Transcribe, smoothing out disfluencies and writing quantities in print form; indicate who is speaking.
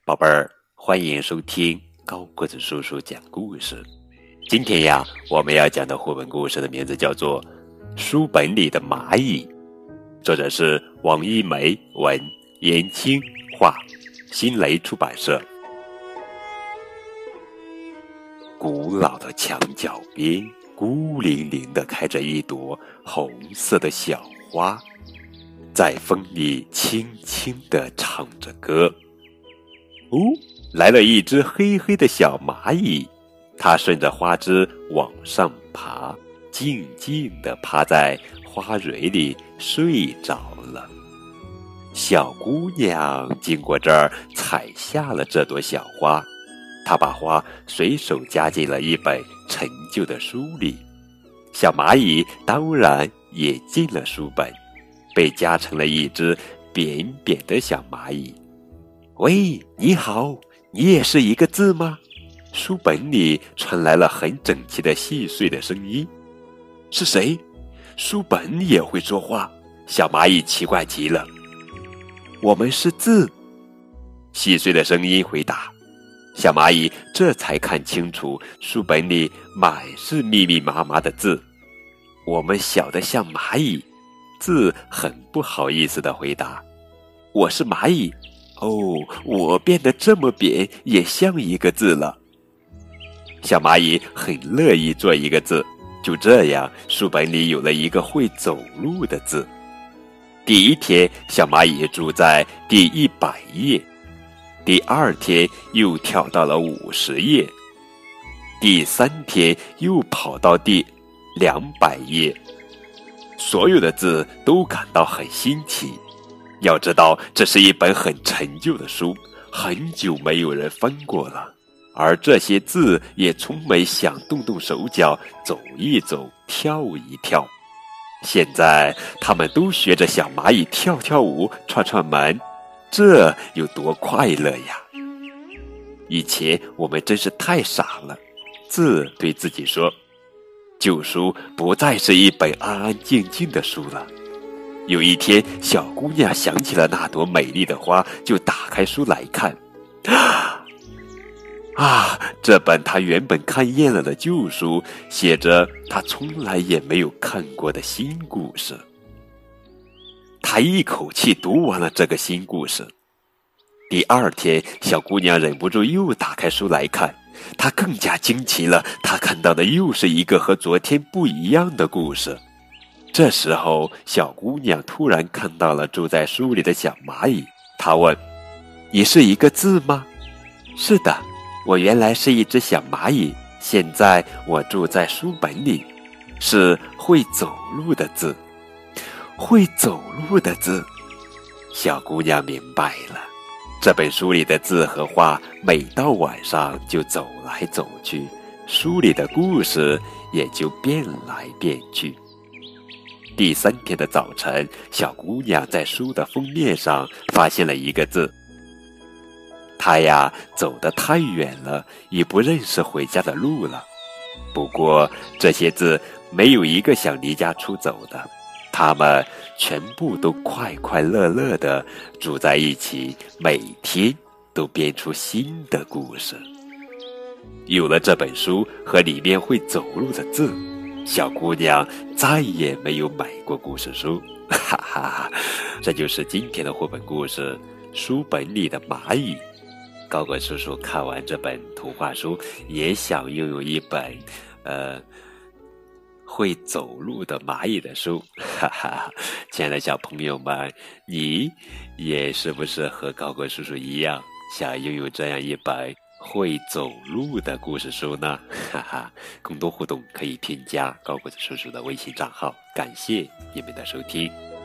Speaker 1: 宝贝儿，欢迎收听高个子叔叔讲故事。今天呀，我们要讲的绘本故事的名字叫做《书本里的蚂蚁》，作者是王一梅文，言青画，新蕾出版社。古老的墙角边，孤零零地开着一朵红色的小花，在风里轻轻地唱着歌。来了一只黑黑的小蚂蚁，它顺着花枝往上爬，静静地趴在花蕊里睡着了。小姑娘经过这儿，采下了这朵小花，她把花随手夹进了一本陈旧的书里。小蚂蚁当然也进了书本，被夹成了一只扁扁的小蚂蚁。喂，你好，你也是一个字吗？书本里传来了很整齐的细碎的声音。是谁？书本也会说话？小蚂蚁奇怪极了。我们是字。细碎的声音回答。小蚂蚁这才看清楚，书本里满是密密麻麻的字。我们小得像蚂蚁。字很不好意思地回答。我是蚂蚁。我变得这么扁，也像一个字了。小蚂蚁很乐意做一个字，就这样，书本里有了一个会走路的字。第一天，小蚂蚁住在第100页，第二天又跳到了50页，第3天又跑到第200页。所有的字都感到很新奇。要知道，这是一本很陈旧的书，很久没有人翻过了，而这些字也从没想动动手脚，走一走，跳一跳。现在他们都学着小蚂蚁跳跳舞，串串门，这有多快乐呀！以前我们真是太傻了，字对自己说，旧书不再是一本安安静静的书了。有一天，小姑娘想起了那朵美丽的花，就打开书来看。这本她原本看厌了的旧书，写着她从来也没有看过的新故事。她一口气读完了这个新故事。第二天，小姑娘忍不住又打开书来看，她更加惊奇了，她看到的又是一个和昨天不一样的故事。这时候，小姑娘突然看到了住在书里的小蚂蚁，她问：你是一个字吗？是的，我原来是一只小蚂蚁，现在我住在书本里，是会走路的字。会走路的字。小姑娘明白了，这本书里的字和画每到晚上就走来走去，书里的故事也就变来变去。第3天的早晨，小姑娘在书的封面上发现了一个字。她呀，走得太远了，已不认识回家的路了。不过这些字没有一个想离家出走的，他们全部都快快乐乐地住在一起，每天都编出新的故事。有了这本书和里面会走路的字，小姑娘再也没有买过故事书。这就是今天的绘本故事《书本里的蚂蚁》。高个叔叔看完这本图画书，也想拥有一本会走路的蚂蚁的书。亲爱的小朋友们，你也是不是和高个叔叔一样，想拥有这样一本会走路的故事书呢？更多互动可以添加高个子叔叔的微信账号。感谢你们的收听。